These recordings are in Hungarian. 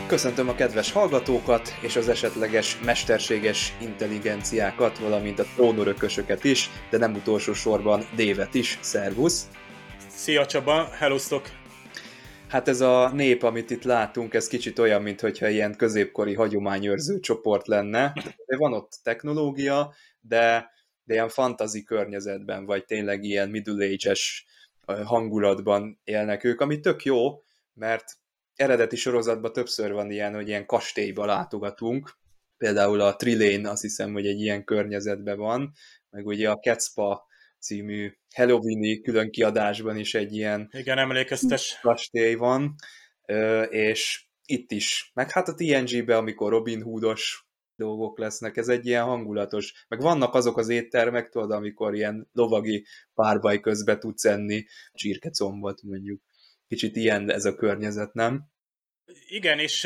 Köszöntöm a kedves hallgatókat és az esetleges mesterséges intelligenciákat, valamint a trónörökösöket is, de nem utolsó sorban Dévet is. Szervusz! Szia Csaba, hellosztok! Hát ez a nép, amit itt látunk, ez kicsit olyan, mintha ilyen középkori hagyományőrző csoport lenne. Van ott technológia, de ilyen fantasy környezetben, vagy tényleg ilyen middle age-es hangulatban élnek ők, ami tök jó, mert eredeti sorozatban többször van ilyen, hogy ilyen kastélyba látogatunk, például a Trilane azt hiszem, hogy egy ilyen környezetben van, meg ugye a Ketspa című Halloween-i külön kiadásban is egy ilyen Igen, emlékeztes. kastély van, és itt is, meg hát a TNG-be, amikor Robin Hoodos dolgok lesznek, ez egy ilyen hangulatos, meg vannak azok az éttermek, tudod, amikor ilyen lovagi párbaj közben tudsz enni csirkecombot mondjuk. Kicsit ilyen ez a környezet, nem? Igen, és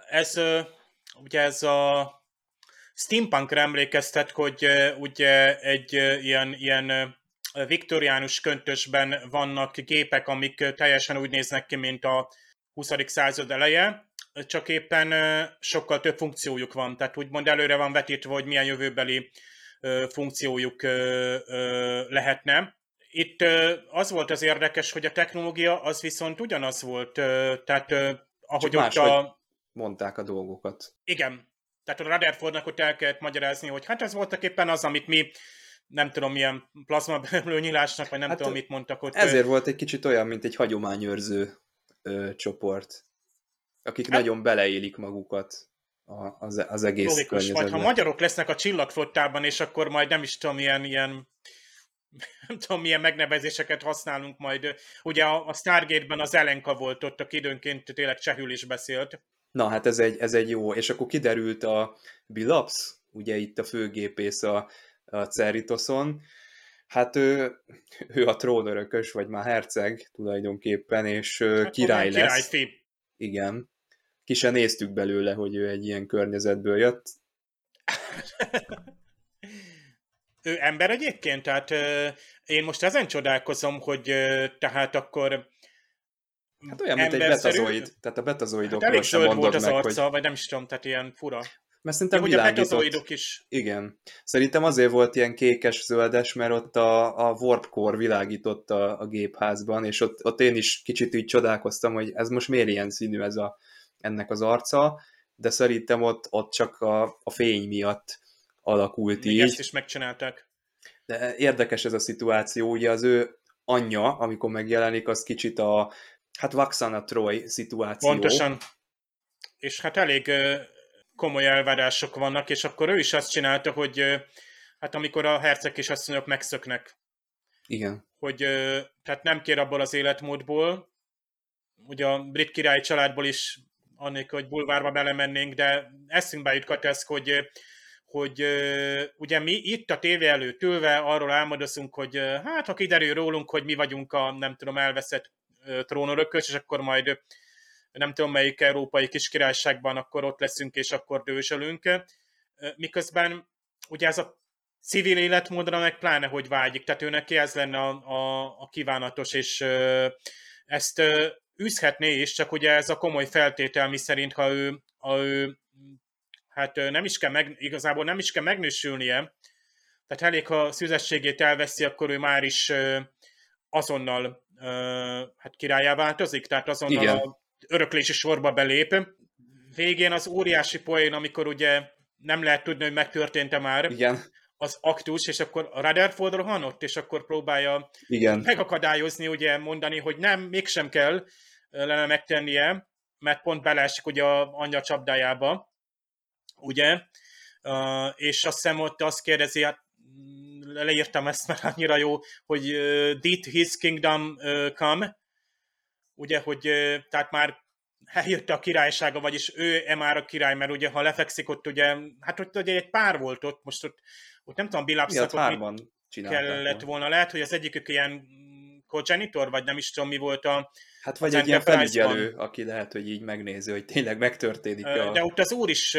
ez a steampunkra emlékeztet, hogy ugye egy ilyen viktoriánus köntösben vannak gépek, amik teljesen úgy néznek ki, mint a 20. század eleje, csak éppen sokkal több funkciójuk van, tehát úgymond előre van vetítve, hogy milyen jövőbeli funkciójuk lehetne. Itt az volt az érdekes, hogy a technológia az viszont ugyanaz volt, tehát ahogy csak ott máshogy mondták a dolgokat. Igen, tehát a Rutherfordnak ott el kellett magyarázni, hogy hát ez voltak éppen az, amit mi nem tudom, milyen plazmaberülőnyílásnak, vagy nem Hát tudom, mit mondtak ott. Ezért volt egy kicsit olyan, mint egy hagyományőrző csoport, akik nagyon beleélik magukat az egész logikus, környezetbe. vagy ha magyarok lesznek a csillagflottában, és akkor majd nem is tudom, ilyen nem tudom, milyen megnevezéseket használunk majd. Ugye a Stargate-ben az Elenka volt ott, aki időnként tényleg csehül is beszélt. Na, hát ez egy jó, és akkor kiderült a Billups, ugye itt a főgépész a Cerritoson, hát ő a trónörökös, vagy már herceg tulajdonképpen, és Hát király lesz. Királyfi. Igen. Ki se néztük belőle, hogy ő egy ilyen környezetből jött. Ő ember egyébként? Tehát én most ezen csodálkozom, hogy tehát akkor Hát olyan, mint egy betazoid. Tehát a betazoidokról elég sem zöld mondod volt az meg, arca, hogy... vagy nem is tudom, tehát ilyen fura. Mert szerintem Hogy a világított. betazoidok is. Igen. Szerintem azért volt ilyen kékes-zöldes, mert ott a Warp Core világított a gépházban, és ott én is kicsit így csodálkoztam, hogy ez most miért ilyen színű ennek az arca, de szerintem ott csak a fény miatt alakult Még így. ezt is megcsinálták. De érdekes ez a szituáció, ugye az ő anyja, amikor megjelenik, az kicsit hát Vaxana Troy szituáció. Pontosan. És hát elég komoly elvárások vannak, és akkor ő is azt csinálta, hogy hát amikor a herceg és asszonyok megszöknek. Igen. Hogy tehát nem kér abból az életmódból, ugye a brit királyi családból is, annélkül, hogy bulvárba belemennénk, de eszünkbe jut Katesz, hogy ugye mi itt a tévé előtt ülve arról álmodozunk, hogy hát ha kiderül rólunk, hogy mi vagyunk a nem tudom elveszett trónörökös, és akkor majd nem tudom melyik európai kiskirályságban akkor ott leszünk, és akkor dőzsölünk. Miközben ugye ez a civil életmódra meg pláne, hogy vágyik, tehát őnek ez lenne a kívánatos, és ezt űzhetné is, csak ugye ez a komoly feltétel, mi szerint, ha ő hát nem is kell igazából nem is kell megnősülnie, tehát elég, ha szüzességét elveszi, akkor ő már is azonnal hát királlyá változik, tehát azonnal Igen. a öröklési sorba belép. Végén az óriási poén, amikor ugye nem lehet tudni, hogy megtörtént-e már Igen. az aktus, és akkor a Rutherford rohan ott, és akkor próbálja megakadályozni, ugye mondani, hogy nem, mégsem kell lenne megtennie, mert pont beleesik ugye a anyja csapdájába, ugye, és azt hiszem ott azt kérdezi, hát leírtam ezt, mert annyira jó, hogy did his kingdom come, ugye, hogy tehát már eljött a királysága, vagyis ő már a király, mert ugye, ha lefekszik ott, ugye, hát ott ugye egy pár volt ott, most ott nem tudom, Billups-nak hárman kellett volna. Lehet, hogy az egyikük ilyen cogenitor, vagy nem is tudom, mi volt a hát vagy egy ilyen felügyelő, aki lehet, hogy így megnézi, hogy tényleg megtörténik De ott az úr is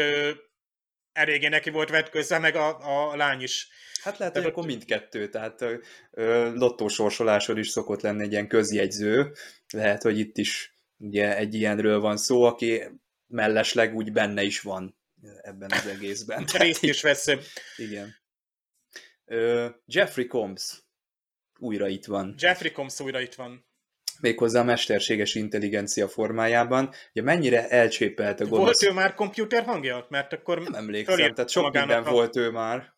eléggé neki volt vetközve, meg a lány is. Hát lehet, hogy akkor mindkettő, tehát lottósorsoláson is szokott lenni egy ilyen közjegyző, lehet, hogy itt is ugye egy ilyenről van szó, aki mellesleg úgy benne is van ebben az egészben. Részt is vesz. Igen. Jeffrey Combs újra itt van. Jeffrey Combs újra itt van. Méghozzá a mesterséges intelligencia formájában. Ugye mennyire elcsépelt a gonosz... Volt ő már komputer hangja? Mert akkor nem emlékszem, tehát sok minden volt ő már.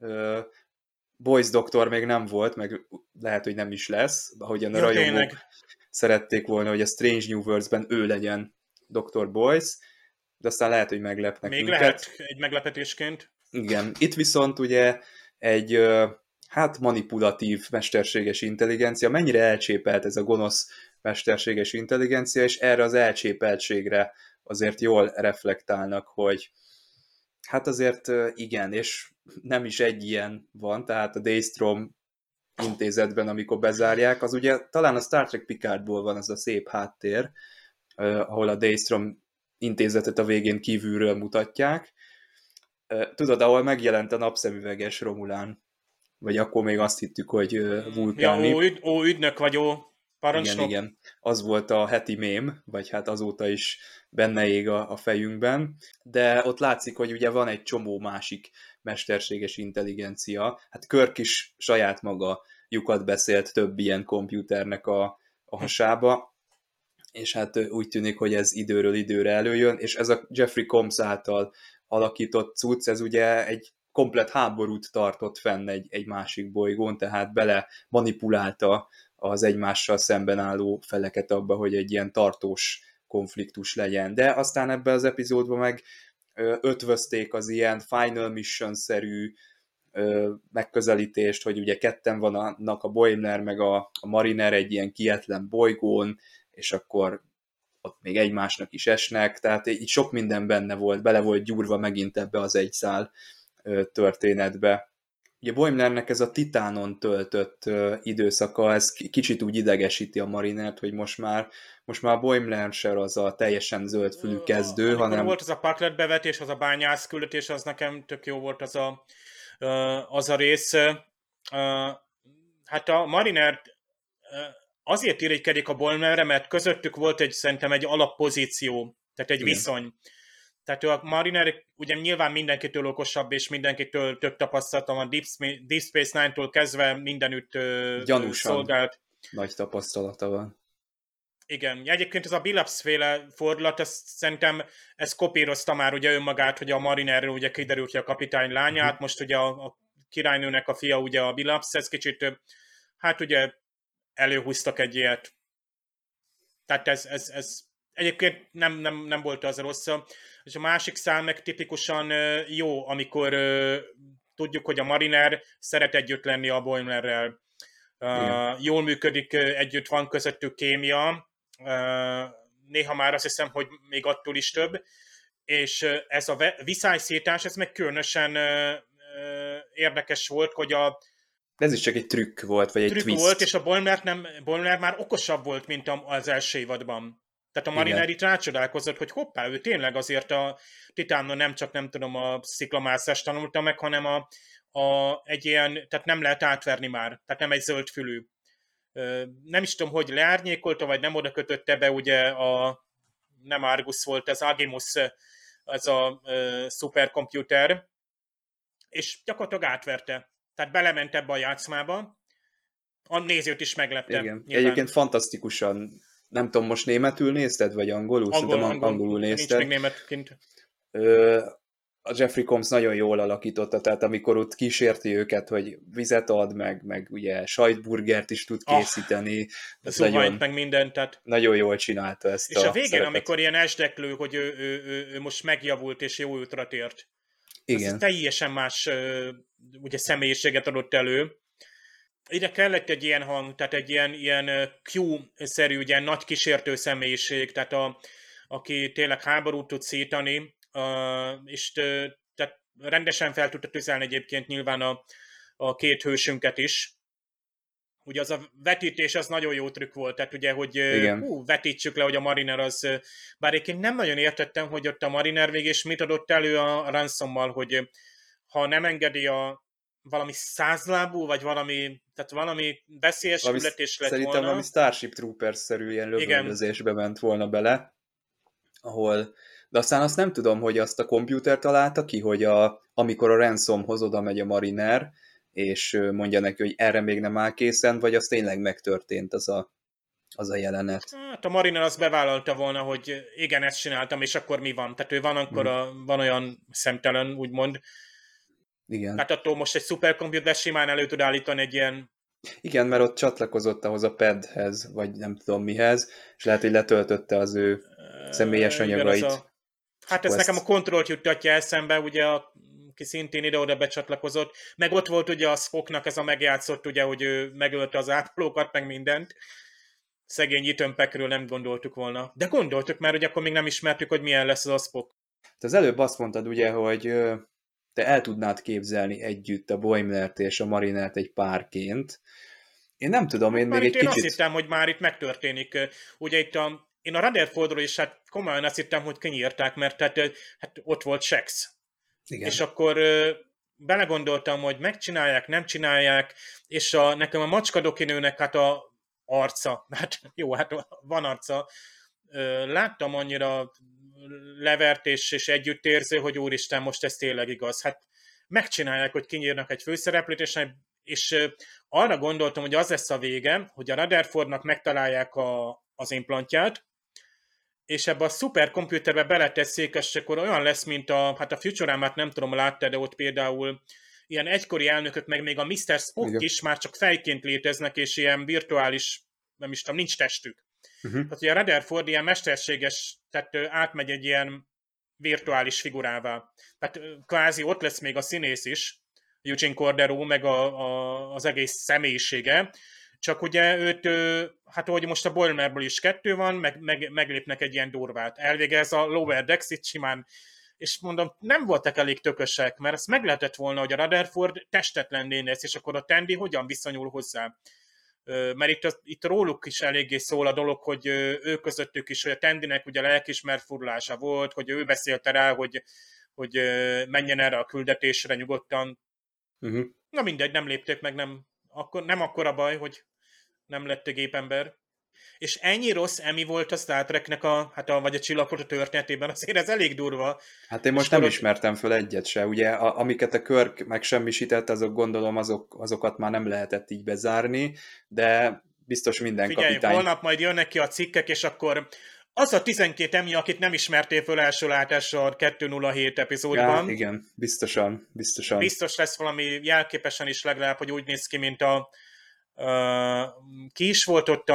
Boys Doctor még nem volt, meg lehet, hogy nem is lesz, ahogyan a rajongók szerették volna, hogy a Strange New Worlds-ben ő legyen Dr. Boyce, de aztán lehet, hogy meglepnek még minket. Lehet egy meglepetésként. Igen, itt viszont ugye egy manipulatív mesterséges intelligencia, mennyire elcsépelt ez a gonosz mesterséges intelligencia, és erre az elcsépeltségre azért jól reflektálnak, hogy hát azért igen, és nem is egy ilyen van, tehát a Daystrom intézetben, amikor bezárják, az ugye talán a Star Trek Picardból van az a szép háttér, ahol a Daystrom intézetet a végén kívülről mutatják. Tudod, ahol megjelent a napszemüveges Romulán, vagy akkor még azt hittük, hogy vulkáni. Ja, ügynök vagy, parancsnok. Igen. Az volt a heti mém, vagy hát azóta is benne ég a fejünkben, de ott látszik, hogy ugye van egy csomó másik mesterséges intelligencia. Hát Kirk is saját maga lyukat beszélt több ilyen komputernek a hasába, és hát úgy tűnik, hogy ez időről időre előjön, és ez a Jeffrey Combs által alakított cucc, ez ugye egy komplett háborút tartott fenn egy másik bolygón, tehát bele manipulálta az egymással szemben álló feleket abba, hogy egy ilyen tartós konfliktus legyen. De aztán ebben az epizódban meg ötvözték az ilyen Final Mission-szerű megközelítést, hogy ugye ketten vannak a Boimler meg a Mariner egy ilyen kietlen bolygón, és akkor ott még egymásnak is esnek, tehát így sok minden benne volt, bele volt gyúrva megint ebbe az egy szál történetbe. Ugye Boimlernek ez a Titánon töltött időszaka, ez kicsit úgy idegesíti a Marinert, hogy most már a Boimler se az a teljesen zöldfülű kezdő, amikor hanem... volt az a Paklet bevetés, az a bányász küldetés, az nekem tök jó volt az a rész. Hát a Mariner azért irigykedik a Boimlerre, mert közöttük volt szerintem egy alappozíció, tehát egy viszony. Tehát a Mariner ugye nyilván mindenkitől okosabb, és mindenkitől több tapasztalata van, Deep Space Nine-tól kezdve mindenütt szolgált. Nagy tapasztalata van. Igen, egyébként ez a Billups-féle fordulat, szerintem ez kopírozta már ugye önmagát, hogy a Marinerről ugye kiderült, hogy a kapitány lányát, most ugye a királynőnek a fia ugye a Billups, ez kicsit, hát ugye előhúztak egy ilyet. Tehát ez egyébként nem volt az rossz. És a másik szál meg tipikusan jó, amikor tudjuk, hogy a Mariner szeret együtt lenni a Boimlerrel. Jól működik, együtt van közöttük kémia, néha már azt hiszem, hogy még attól is több, és ez a viszályszítás, ez meg különösen érdekes volt, hogy ez is csak egy trükk volt, vagy egy twist. Volt, és a Boimler már okosabb volt, mint az első évadban. Tehát a Mariner itt rácsodálkozott, hogy hoppá, ő tényleg azért a Titánon nem csak a sziklamászást tanulta meg, hanem egy ilyen, tehát nem lehet átverni már, tehát nem egy zöldfülű. Nem is tudom, hogy leárnyékolta, vagy nem oda kötötte be, ugye nem Argus volt, ez Agimus, ez a szuperkomputer, és gyakorlatilag átverte. Tehát belement ebbe a játszmába, a nézőt is meglepte. Igen. Egyébként fantasztikusan, nem tudom, most németül nézted, vagy angolul? Angolul nézted. Nincs még németként. A Jeffrey Combs nagyon jól alakította, tehát amikor ott kísérti őket, hogy vizet ad, meg ugye sajtburgert is tud készíteni. Zuhajt meg mindent. Tehát... Nagyon jól csinálta ezt és a végén, szerepet. Amikor ilyen esdeklő, hogy ő most megjavult és jó útra tért. Igen. Ez teljesen más ugye személyiséget adott elő. Ide kellett egy ilyen hang, tehát egy ilyen Q-szerű, ugye nagy kísértő személyiség, tehát aki tényleg háborút tud szítani, és tehát rendesen fel tudta tüzelni egyébként nyilván a két hősünket is. Ugye az a vetítés az nagyon jó trükk volt, tehát ugye, hogy vetítsük le, hogy a Mariner az, bár egyébként nem nagyon értettem, hogy ott a Mariner végig, és mit adott elő a Ransommal, hogy ha nem engedi valami százlábú, vagy valami veszélyes küldetés lett szerintem volna. Valami Starship Troopers-szerű ilyen lövöldözésbe ment volna bele, ahol De aztán azt nem tudom, hogy azt a komputer találta ki, hogy amikor a Ransomhoz oda megy a Mariner, és mondja neki, hogy erre még nem áll készen, vagy az tényleg megtörtént az a jelenet. Hát a Mariner azt bevállalta volna, hogy igen, ezt csináltam, és akkor mi van? Tehát ő van akkor van olyan szemtelen, úgymond. Igen. Hát attól most egy szuperkomputer simán elő tud állítani egy ilyen... Igen, mert ott csatlakozott ahhoz a padhez, vagy nem tudom mihez, és lehet, hogy letöltötte az ő személyes igen, az anyagait. Hát Ó, ez nekem a kontrollt juttatja eszembe, ugye, aki szintén ide-oda becsatlakozott. Meg ott volt ugye a Spocknak ez a megjátszott, ugye, hogy ő megölte az ápolókat, meg mindent. Szegény Ethan Peckről nem gondoltuk volna. De gondoltuk, mert ugye akkor még nem ismertük, hogy milyen lesz az a Spock. te az előbb azt mondtad ugye, hogy te el tudnád képzelni együtt a Boimlert és a Marinert egy párként. Én nem tudom, én Már még itt egy én azt kicsit... hittem, hogy már itt megtörténik. Ugye itt én a Rutherfordról is hát komolyan azt hittem, hogy kinyírták, mert hát ott volt Shax. Igen. És akkor belegondoltam, hogy megcsinálják, nem csinálják, és nekem a macskadokinőnek hát a arca, hát jó, hát van arca, láttam annyira levert és együttérző, hogy úristen, most ez tényleg igaz. Hát megcsinálják, hogy kinyírnak egy főszereplőt, és arra gondoltam, hogy az lesz a vége, hogy a Rutherfordnak megtalálják az implantját, és ebbe a szuperkomputerbe beleteszik, és akkor olyan lesz, mint hát a Futurama-t nem tudom, láttad, de ott például ilyen egykori elnökök, meg még a Mr. Spock Igen. is már csak fejként léteznek, és ilyen virtuális, nem is tudom, nincs testük. Uh-huh. Tehát ugye a Rutherford ilyen mesterséges, tehát átmegy egy ilyen virtuális figurává. Tehát kvázi ott lesz még a színész is, Eugene Cordero, meg az egész személyisége, csak ugye őt, hát ahogy most a Boilerből is 2 van, meglépnek egy ilyen durvát. Elvégez a Lower Decks itt simán, és mondom, nem voltak elég tökösek, mert ezt meg lehetett volna, hogy a Rutherford testetlen lesz, és akkor a Tandy hogyan viszonyul hozzá. Mert itt róluk is eléggé szól a dolog, hogy ő közöttük is, hogy a Tandynek ugye lelkiismert furlása volt, hogy ő beszélte rá, hogy menjen erre a küldetésre nyugodtan. Uh-huh. Na mindegy, nem lépték meg, nem akkora baj, hogy nem lett egy gépember. És ennyi rossz Emmy volt a Star Treknek vagy a Csillagfotó történetében, azért ez elég durva. Hát én most nem ismertem föl egyet se. Ugye, amiket a Kirk megsemmisített, azok gondolom, azokat már nem lehetett így bezárni, de biztos minden Figyelj, kapitány... holnap majd jönnek ki a cikkek, és akkor az a 12 Emmy, akit nem ismertél föl első látásra a 207 epizódban. Ja, igen, biztosan. Biztos lesz valami jelképesen is legalább, hogy úgy néz ki, mint ki is volt ott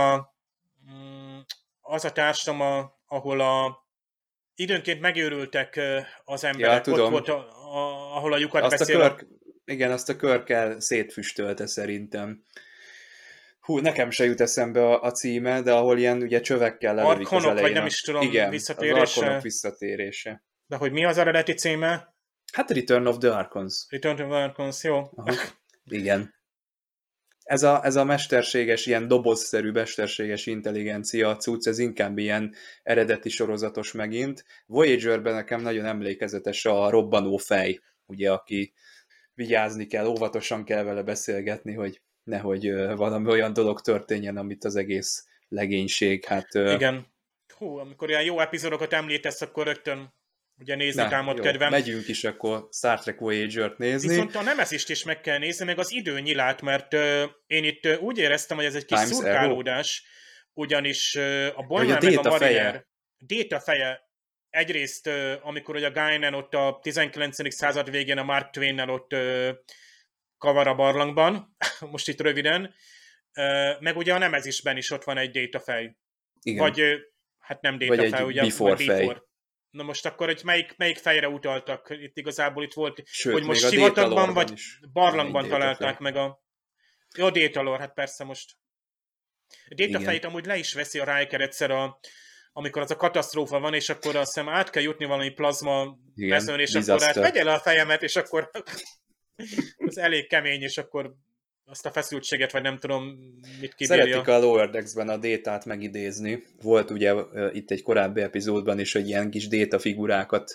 az a társadalom, ahol időnként megőrültek az emberek. Ja, tudom. Ott volt, ahol a lyukat azt beszél. A Kirk, igen, azt a Kirk szétfüstölte szerintem. Hú, nekem se jut eszembe a címe, de ahol ilyen ugye csövekkel lelövik az elején. Vagy nem is tudom, igen, visszatérése. az Arkonok visszatérése. De hogy mi az eredeti címe? Hát Return of the Archons. Return of the Archons, jó. Aha. Igen. Ez a mesterséges, ilyen dobozszerű mesterséges intelligencia cucc, ez inkább ilyen eredeti sorozatos megint. Voyager-ben nekem nagyon emlékezetes a robbanó fej, ugye, aki vigyázni kell, óvatosan kell vele beszélgetni, hogy nehogy valami olyan dolog történjen, amit az egész legénység, hát... Igen. Hú, amikor ilyen jó epizódokat említesz, akkor rögtön ugye nézni támad kedvem. Megyünk is akkor Star Trek Voyager-t nézni. Viszont a Nemezist is meg kell nézni, meg az időnyilát, mert én itt úgy éreztem, hogy ez egy kis Times szurkálódás, ugyanis a Boimler a meg a Mariner... feje. Data feje. Egyrészt, amikor ugye a Guinan ott a 19. század végén a Mark Twain-nel ott kavar a barlangban, most itt röviden, meg ugye a Nemezisben is ott van egy Data fej. Igen. Vagy, hát nem Data vagy fej, ugye, before fej. Na most akkor, hogy melyik fejre utaltak? Itt igazából itt volt, sőt, hogy most sivatagban vagy barlangban találták fej. meg Jó, Détalor, hát persze most. Data fejt amúgy le is veszi a Riker egyszer, amikor az a katasztrófa van, és akkor azt hiszem át kell jutni valami plazma mezőn, és disaster. Akkor hát vegye le a fejemet, és akkor az elég kemény, és akkor azt a feszültséget, vagy nem tudom, mit kibírja. Szeretik a Lower Decks-ben a Détát megidézni. Volt ugye itt egy korábbi epizódban is, hogy ilyen kis Déta figurákat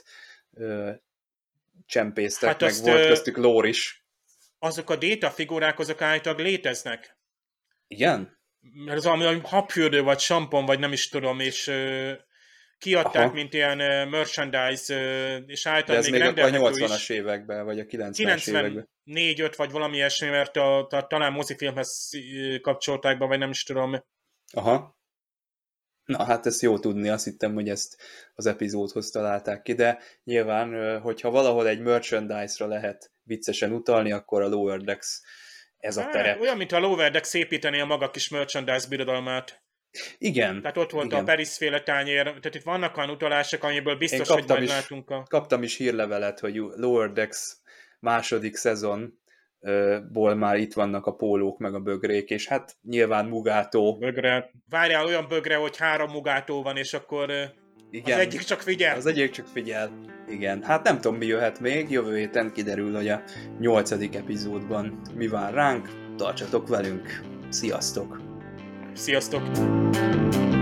csempésztek, hát meg volt köztük lore is. Azok a Déta figurák, azok állítólag léteznek. Igen? Mert az valami habfürdő, vagy sampon, vagy nem is tudom, és kiadták, Aha. mint ilyen merchandise, és De általán ez még még akkor a rendelhető 80-as is. években, vagy a 90-es években. 94-5 vagy valami ilyesmi, mert talán mozifilmhez kapcsolták be, vagy nem is tudom. Aha. Na, hát ezt jó tudni, azt hittem, hogy ezt az epizódhoz találták ki, de nyilván, hogyha valahol egy merchandise-ra lehet viccesen utalni, akkor a Lower Decks ez a Hát, terep. olyan, mintha a Lower Decks szépítené a maga kis merchandise birodalmát. Igen, Tehát ott volt a igen. Paris-féle tányér, tehát itt vannak olyan utalások, amiből Én biztos, hogy majd látunk a... kaptam is hírlevelet, hogy Lower Decks második szezonból már itt vannak a pólók meg a bögrék, és hát nyilván Mugato. Bögre. Várjál olyan bögre, hogy 3 Mugato van, és akkor Igen, az egyik csak figyel. Az egyik csak figyel. Igen, hát nem tudom, mi jöhet még, jövő héten kiderül, hogy a 8. epizódban mi vár ránk. Tartsatok velünk, sziasztok! Sziasztok!